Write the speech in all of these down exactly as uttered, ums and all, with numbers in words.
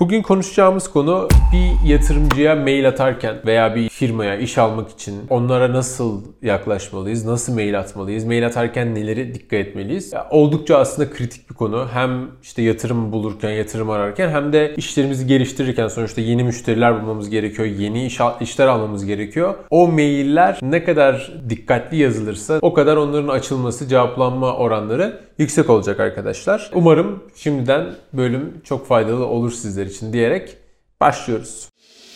Bugün konuşacağımız konu bir yatırımcıya mail atarken veya bir firmaya iş almak için onlara nasıl yaklaşmalıyız, nasıl mail atmalıyız, mail atarken neleri dikkat etmeliyiz? Ya, oldukça aslında kritik bir konu. Hem işte yatırım bulurken, yatırım ararken hem de işlerimizi geliştirirken sonuçta yeni müşteriler bulmamız gerekiyor, yeni iş, işler almamız gerekiyor. O mailler ne kadar dikkatli yazılırsa o kadar onların açılması, cevaplanma oranları yüksek olacak arkadaşlar. Umarım şimdiden bölüm çok faydalı olur sizler için diyerek başlıyoruz.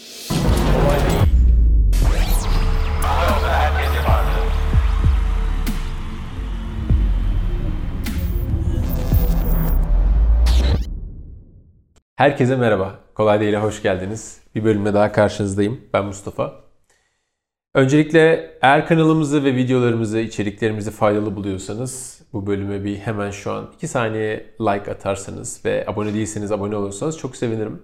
Herkese merhaba. Kolay Değil'e hoş geldiniz. Bir bölümde daha karşınızdayım. Ben Mustafa. Öncelikle eğer kanalımızı ve videolarımızı, içeriklerimizi faydalı buluyorsanız bu bölüme bir hemen şu an iki saniye like atarsanız ve abone değilseniz abone olursanız çok sevinirim.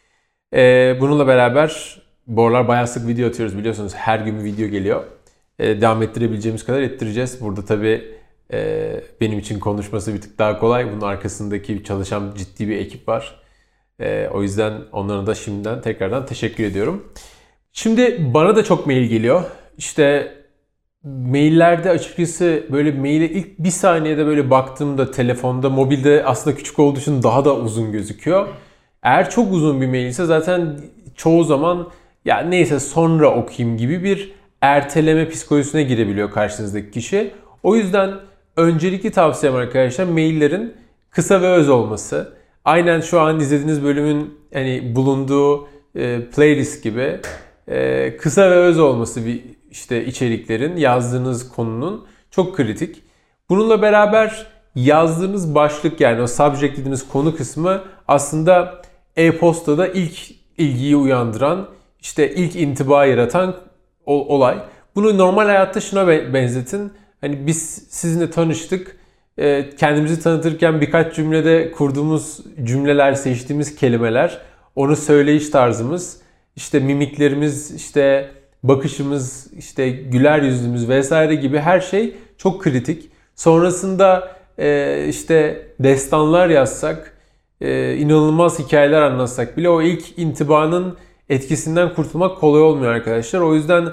Ee, bununla beraber bu aralar bayağı sık video atıyoruz, biliyorsunuz her gün bir video geliyor. Ee, devam ettirebileceğimiz kadar ettireceğiz. Burada tabii e, benim için konuşması bir tık daha kolay. Bunun arkasındaki çalışan ciddi bir ekip var. Ee, o yüzden onlara da şimdiden tekrardan teşekkür ediyorum. Şimdi bana da çok mail geliyor. İşte maillerde açıkçası böyle maile ilk bir saniyede böyle baktığımda telefonda, mobilde aslında küçük olduğu için daha da uzun gözüküyor. Eğer çok uzun bir mail ise zaten çoğu zaman ya neyse sonra okuyayım gibi bir erteleme psikolojisine girebiliyor karşınızdaki kişi. O yüzden öncelikli tavsiyem arkadaşlar maillerin kısa ve öz olması. Aynen şu an izlediğiniz bölümün hani bulunduğu e, playlist gibi e, kısa ve öz olması bir işte içeriklerin, yazdığınız konunun çok kritik. Bununla beraber yazdığınız başlık, yani o subject dediğimiz konu kısmı aslında e-postada ilk ilgiyi uyandıran, işte ilk intiba yaratan olay. Bunu normal hayatta şuna benzetin. Hani biz sizinle tanıştık. Kendimizi tanıtırken birkaç cümlede kurduğumuz cümleler, seçtiğimiz kelimeler, onu söyleyiş tarzımız, işte mimiklerimiz, işte bakışımız, işte güler yüzümüz vesaire gibi her şey çok kritik. Sonrasında işte destanlar yazsak, inanılmaz hikayeler anlatsak bile o ilk intibanın etkisinden kurtulmak kolay olmuyor arkadaşlar. O yüzden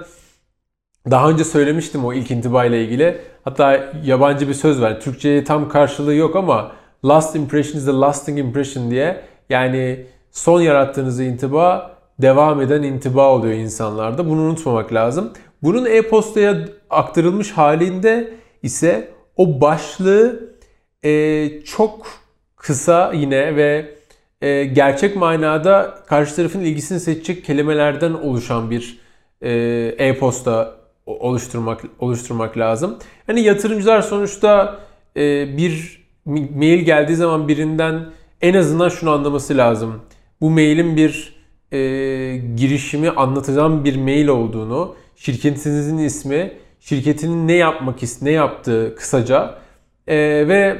daha önce söylemiştim o ilk intiba ile ilgili. Hatta yabancı bir söz var. Türkçe'ye tam karşılığı yok ama last impression is the lasting impression diye. Yani son yarattığınız intiba devam eden intiba oluyor insanlarda. Bunu unutmamak lazım. Bunun e-postaya aktarılmış halinde ise o başlığı e, çok kısa yine ve e, gerçek manada karşı tarafın ilgisini seçecek kelimelerden oluşan bir e, e-posta oluşturmak oluşturmak lazım. Hani yatırımcılar sonuçta e, bir mail geldiği zaman birinden en azından şunu anlaması lazım. Bu mailin bir e, girişimi anlatacağım bir mail olduğunu, şirketinizin ismi, şirketinin ne yapmak ne yaptığı kısaca e, ve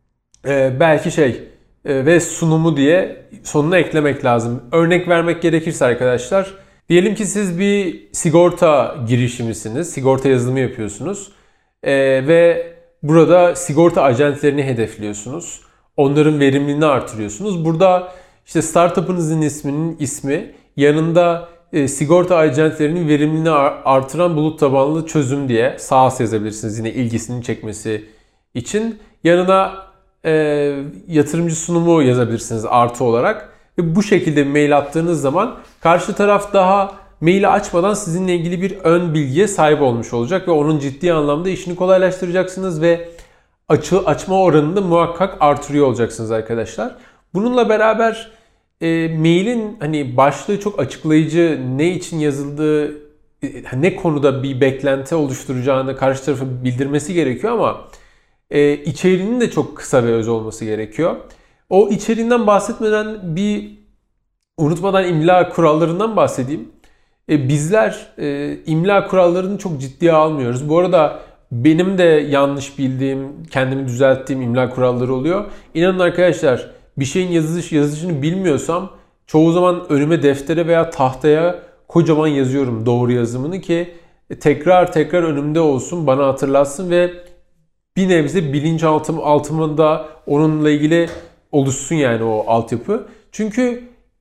e, belki şey e, ve sunumu diye sonuna eklemek lazım. Örnek vermek gerekirse arkadaşlar, diyelim ki siz bir sigorta girişimisiniz, sigorta yazılımı yapıyorsunuz ee, ve burada sigorta acentlerini hedefliyorsunuz. Onların verimliliğini artırıyorsunuz. Burada işte startup'ınızın isminin ismi yanında e, sigorta acentlerinin verimliliğini artıran bulut tabanlı çözüm diye SaaS yazabilirsiniz yine ilgisini çekmesi için. Yanına e, yatırımcı sunumu yazabilirsiniz artı olarak. Ve bu şekilde mail attığınız zaman karşı taraf daha maili açmadan sizinle ilgili bir ön bilgiye sahip olmuş olacak ve onun ciddi anlamda işini kolaylaştıracaksınız ve açı, açma oranını da muhakkak artırıyor olacaksınız arkadaşlar. Bununla beraber e, mailin hani başlığı çok açıklayıcı, ne için yazıldığı, e, ne konuda bir beklenti oluşturacağını karşı tarafa bildirmesi gerekiyor ama e, içeriğinin de çok kısa ve öz olması gerekiyor. O içeriğinden bahsetmeden bir unutmadan imla kurallarından bahsedeyim. E, bizler e, imla kurallarını çok ciddiye almıyoruz. Bu arada benim de yanlış bildiğim, kendimi düzelttiğim imla kuralları oluyor. İnanın arkadaşlar, bir şeyin yazılış yazılışını bilmiyorsam çoğu zaman önüme deftere veya tahtaya kocaman yazıyorum doğru yazımını ki tekrar tekrar önümde olsun, bana hatırlatsın ve bir nebze bilinçaltım altımda onunla ilgili oluşsun yani o altyapı. Çünkü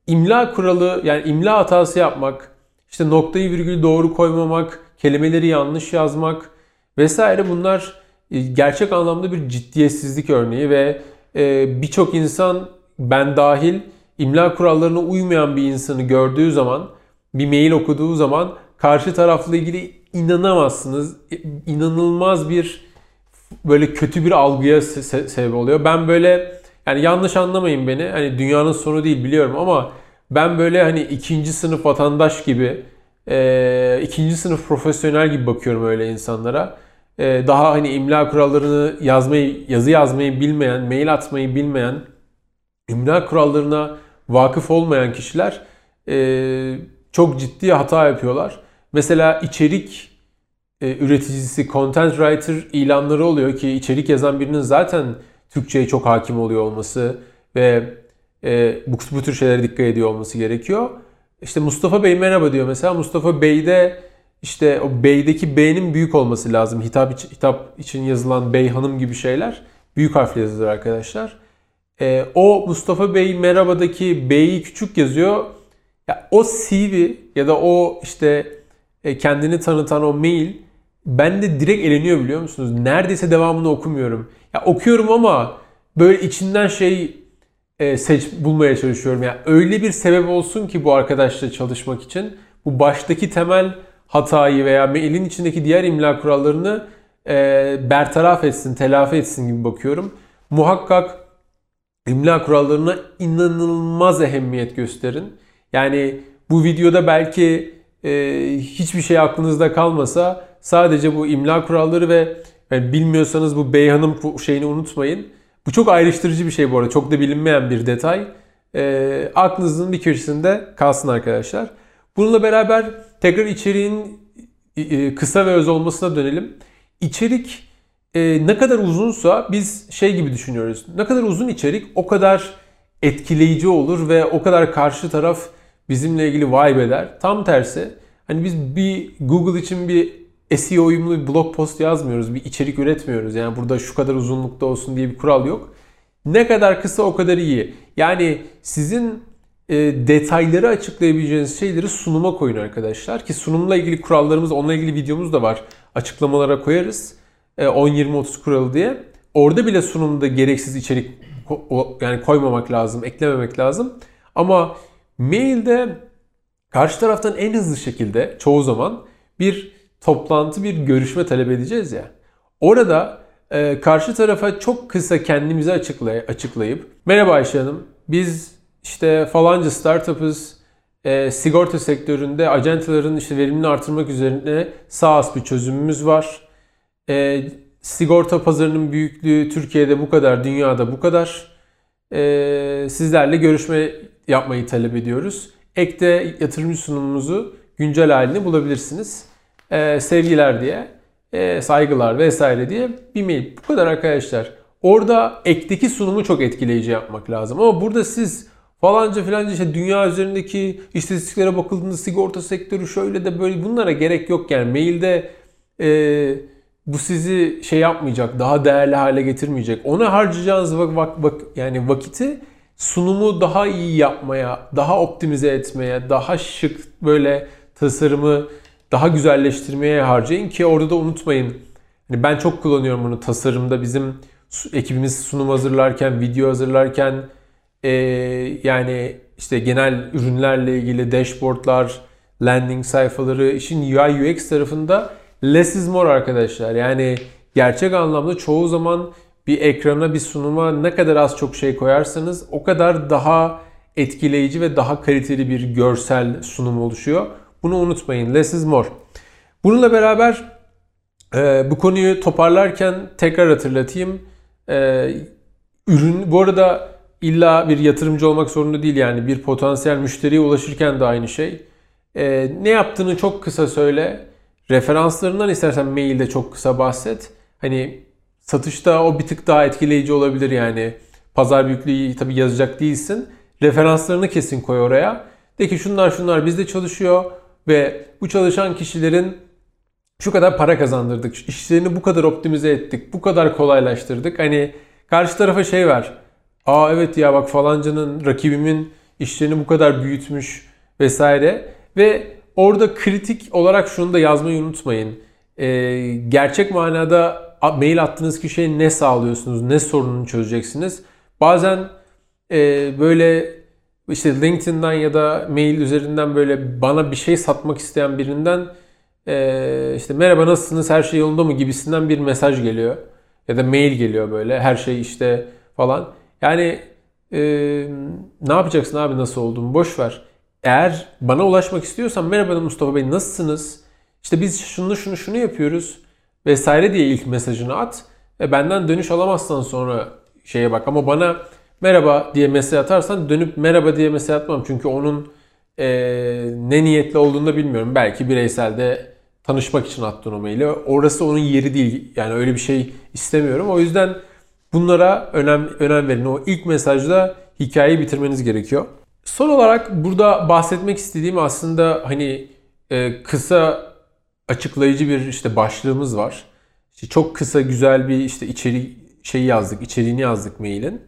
imla kuralı, yani imla hatası yapmak, işte noktayı virgülü doğru koymamak, kelimeleri yanlış yazmak vesaire, bunlar gerçek anlamda bir ciddiyetsizlik örneği ve birçok insan, ben dahil, imla kurallarına uymayan bir insanı gördüğü zaman, bir mail okuduğu zaman karşı tarafla ilgili inanamazsınız. İnanılmaz bir böyle kötü bir algıya se- sebep oluyor. Ben böyle, yani yanlış anlamayın beni, hani dünyanın sonu değil biliyorum ama ben böyle hani ikinci sınıf vatandaş gibi, e, ikinci sınıf profesyonel gibi bakıyorum öyle insanlara. E, daha hani imla kurallarını yazmayı, yazı yazmayı bilmeyen, mail atmayı bilmeyen, imla kurallarına vakıf olmayan kişiler e, çok ciddi hata yapıyorlar. Mesela içerik e, üreticisi, content writer ilanları oluyor ki içerik yazan birinin zaten Türkçe'ye çok hakim oluyor olması ve e, bu, bu tür şeylere dikkat ediyor olması gerekiyor. İşte Mustafa Bey merhaba diyor mesela. Mustafa Bey'de işte o Bey'deki B'nin büyük olması lazım. Hitap, için, hitap için yazılan Bey Hanım gibi şeyler büyük harfle yazılır arkadaşlar. E, o Mustafa Bey merhabadaki B'yi küçük yazıyor. Ya o C V ya da o işte e, kendini tanıtan o mail bende direkt eleniyor, biliyor musunuz? Neredeyse devamını okumuyorum. Ya okuyorum ama böyle içinden şey e, seç bulmaya çalışıyorum. Yani öyle bir sebep olsun ki bu arkadaşla çalışmak için bu baştaki temel hatayı veya mailin içindeki diğer imla kurallarını e, bertaraf etsin, telafi etsin gibi bakıyorum. Muhakkak imla kurallarına inanılmaz ehemmiyet gösterin. Yani bu videoda belki e, hiçbir şey aklınızda kalmasa, sadece bu imla kuralları ve yani bilmiyorsanız bu Beyhan'ın şeyini unutmayın. Bu çok ayrıştırıcı bir şey bu arada. Çok da bilinmeyen bir detay. E, aklınızın bir köşesinde kalsın arkadaşlar. Bununla beraber tekrar içeriğin e, kısa ve öz olmasına dönelim. İçerik e, ne kadar uzunsa biz şey gibi düşünüyoruz. Ne kadar uzun içerik o kadar etkileyici olur ve o kadar karşı taraf bizimle ilgili vibe eder. Tam tersi. Hani biz bir Google için bir S E O uyumlu bir blog post yazmıyoruz. Bir içerik üretmiyoruz. Yani burada şu kadar uzunlukta olsun diye bir kural yok. Ne kadar kısa o kadar iyi. Yani sizin e, detayları açıklayabileceğiniz şeyleri sunuma koyun arkadaşlar. Ki sunumla ilgili kurallarımız, onunla ilgili videomuz da var. Açıklamalara koyarız. E, on yirmi otuz kuralı diye. Orada bile sunumda gereksiz içerik yani koymamak lazım, eklememek lazım. Ama mailde karşı taraftan en hızlı şekilde çoğu zaman bir toplantı, bir görüşme talep edeceğiz ya. Orada e, karşı tarafa çok kısa kendimizi açıklay açıklayıp merhaba Ayşe Hanım, biz işte falanca startup'ız, e, sigorta sektöründe acentaların işte verimini artırmak üzerine SaaS bir çözümümüz var. E, sigorta pazarının büyüklüğü Türkiye'de bu kadar, dünyada bu kadar. E, sizlerle görüşme yapmayı talep ediyoruz. Ekte yatırımcı sunumumuzu güncel halini bulabilirsiniz. Ee, sevgiler diye, e, saygılar vesaire diye bir mail. Bu kadar arkadaşlar. Orada ekteki sunumu çok etkileyici yapmak lazım. Ama burada siz falanca filanca işte dünya üzerindeki istatistiklere bakıldığında sigorta sektörü şöyle de böyle, bunlara gerek yok yani. Mailde e, bu sizi şey yapmayacak, daha değerli hale getirmeyecek. Ona harcayacağınız vak, vak, vak, yani vakiti sunumu daha iyi yapmaya, daha optimize etmeye, daha şık böyle tasarımı daha güzelleştirmeye harcayın ki orada da unutmayın. Yani ben çok kullanıyorum bunu tasarımda. Bizim ekibimiz sunum hazırlarken, video hazırlarken e, yani işte genel ürünlerle ilgili dashboardlar, landing sayfaları, işin U I U X tarafında less is more arkadaşlar. Yani gerçek anlamda çoğu zaman bir ekrana, bir sunuma ne kadar az çok şey koyarsanız o kadar daha etkileyici ve daha kaliteli bir görsel sunum oluşuyor. Bunu unutmayın. Less is more. Bununla beraber e, bu konuyu toparlarken tekrar hatırlatayım. E, ürün, bu arada illa bir yatırımcı olmak zorunda değil, yani bir potansiyel müşteriye ulaşırken de aynı şey. E, ne yaptığını çok kısa söyle. Referanslarından istersen mailde çok kısa bahset. Hani satışta o bir tık daha etkileyici olabilir yani. Pazar büyüklüğü tabii yazacak değilsin. Referanslarını kesin koy oraya. De ki şunlar şunlar bizde çalışıyor ve bu çalışan kişilerin şu kadar para kazandırdık. İşlerini bu kadar optimize ettik. Bu kadar kolaylaştırdık. Hani karşı tarafa şey ver. Aa evet ya bak falancanın, rakibimin işlerini bu kadar büyütmüş vesaire. Ve orada kritik olarak şunu da yazmayı unutmayın. Ee, gerçek manada mail attığınız kişiye ne sağlıyorsunuz, ne sorununu çözeceksiniz. Bazen e, böyle işte LinkedIn'den ya da mail üzerinden böyle bana bir şey satmak isteyen birinden e, işte merhaba nasılsınız, her şey yolunda mı gibisinden bir mesaj geliyor. Ya da mail geliyor böyle, her şey işte falan. Yani e, ne yapacaksın abi, nasıl olduğumu boş ver. Eğer bana ulaşmak istiyorsan merhaba Mustafa Bey nasılsınız? İşte biz şunu şunu şunu yapıyoruz vesaire diye ilk mesajını at. Ve benden dönüş alamazsan sonra şeye bak. Ama bana merhaba diye mesaj atarsan dönüp merhaba diye mesaj atmam. Çünkü onun e, ne niyetli olduğunu da bilmiyorum. Belki bireyselde tanışmak için attığın o maili. Orası onun yeri değil. Yani öyle bir şey istemiyorum. O yüzden bunlara önem, önem verin. O ilk mesajda hikayeyi bitirmeniz gerekiyor. Son olarak burada bahsetmek istediğim aslında hani e, kısa açıklayıcı bir işte başlığımız var. İşte çok kısa güzel bir işte içerik şeyi yazdık, içeriğini yazdık mailin.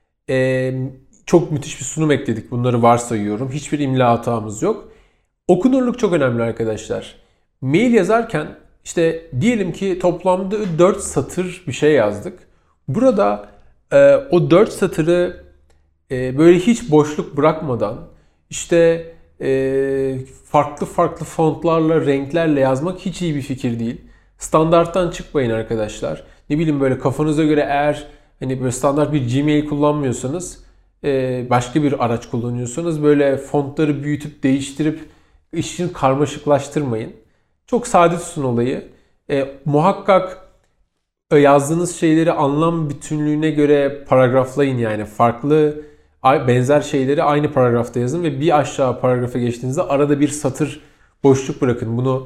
E, çok müthiş bir sunum ekledik. Bunları varsayıyorum. Hiçbir imla hatamız yok. Okunurluk çok önemli arkadaşlar. Mail yazarken işte diyelim ki toplamda dört satır bir şey yazdık. Burada e, o dört satırı e, böyle hiç boşluk bırakmadan işte e, farklı farklı fontlarla, renklerle yazmak hiç iyi bir fikir değil. Standarttan çıkmayın arkadaşlar. Ne bileyim böyle kafanıza göre eğer hani böyle standart bir Gmail kullanmıyorsanız e, başka bir araç kullanıyorsanız böyle fontları büyütüp değiştirip işini karmaşıklaştırmayın. Çok sade tutun olayı. E, muhakkak yazdığınız şeyleri anlam bütünlüğüne göre paragraflayın yani. Farklı benzer şeyleri aynı paragrafta yazın ve bir aşağı paragrafa geçtiğinizde arada bir satır boşluk bırakın. Bunu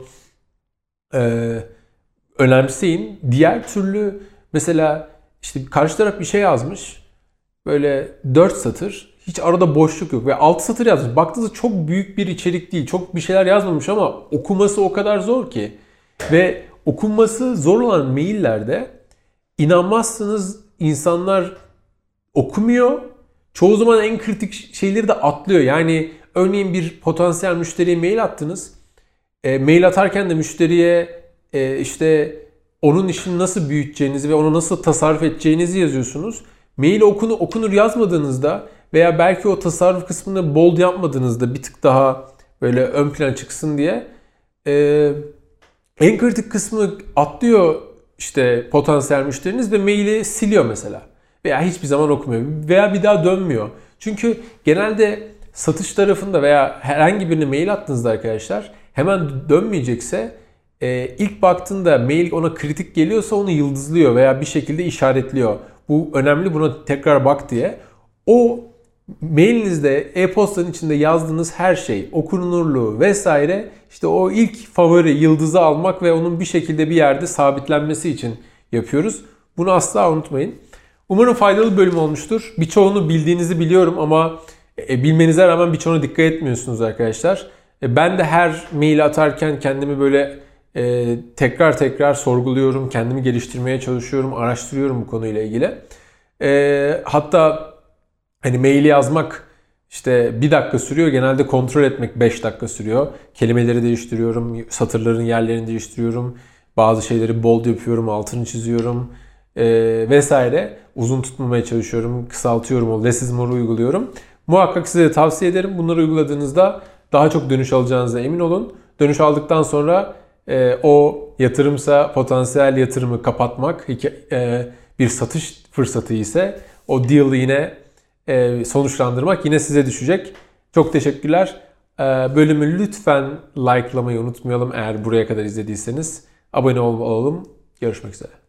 e, önemseyin. Diğer türlü mesela işte karşı taraf bir şey yazmış. Böyle dört satır. Hiç arada boşluk yok ve altı satır yazmış. Baktığınızda çok büyük bir içerik değil. Çok bir şeyler yazmamış ama okuması o kadar zor ki. Ve okunması zor olan maillerde inanmazsınız insanlar okumuyor. Çoğu zaman en kritik şeyleri de atlıyor. Yani örneğin bir potansiyel müşteriye mail attınız. E, mail atarken de müşteriye e, işte onun işini nasıl büyüteceğinizi ve ona nasıl tasarruf edeceğinizi yazıyorsunuz. Mail okunu, okunur yazmadığınızda veya belki o tasarruf kısmını bold yapmadığınızda bir tık daha böyle ön plan çıksın diye e, en kritik kısmı atlıyor işte potansiyel müşteriniz ve maili siliyor mesela. Veya hiçbir zaman okumuyor veya bir daha dönmüyor. Çünkü genelde satış tarafında veya herhangi birine mail attığınızda arkadaşlar hemen dönmeyecekse e, ilk baktığında mail ona kritik geliyorsa onu yıldızlıyor veya bir şekilde işaretliyor. Bu önemli, buna tekrar bak diye. O mailinizde, e-postanın içinde yazdığınız her şey, okunurluğu vesaire işte o ilk favori yıldızı almak ve onun bir şekilde bir yerde sabitlenmesi için yapıyoruz. Bunu asla unutmayın. Umarım faydalı bir bölüm olmuştur. Birçoğunu bildiğinizi biliyorum ama e, bilmenize rağmen birçoğuna dikkat etmiyorsunuz arkadaşlar. E, ben de her mail atarken kendimi böyle e, tekrar tekrar sorguluyorum. Kendimi geliştirmeye çalışıyorum, araştırıyorum bu konuyla ilgili. E, hatta hani maili yazmak işte bir dakika sürüyor. Genelde kontrol etmek beş dakika sürüyor. Kelimeleri değiştiriyorum, satırların yerlerini değiştiriyorum. Bazı şeyleri bold yapıyorum, altını çiziyorum. Ee, vesaire. Uzun tutmamaya çalışıyorum. Kısaltıyorum. O less is more uyguluyorum. Muhakkak size de tavsiye ederim. Bunları uyguladığınızda daha çok dönüş alacağınıza emin olun. Dönüş aldıktan sonra e, o yatırımsa potansiyel yatırımı kapatmak, e, bir satış fırsatı ise o deal'ı yine e, sonuçlandırmak yine size düşecek. Çok teşekkürler. E, bölümü lütfen likelamayı unutmayalım eğer buraya kadar izlediyseniz. Abone olalım. Görüşmek üzere.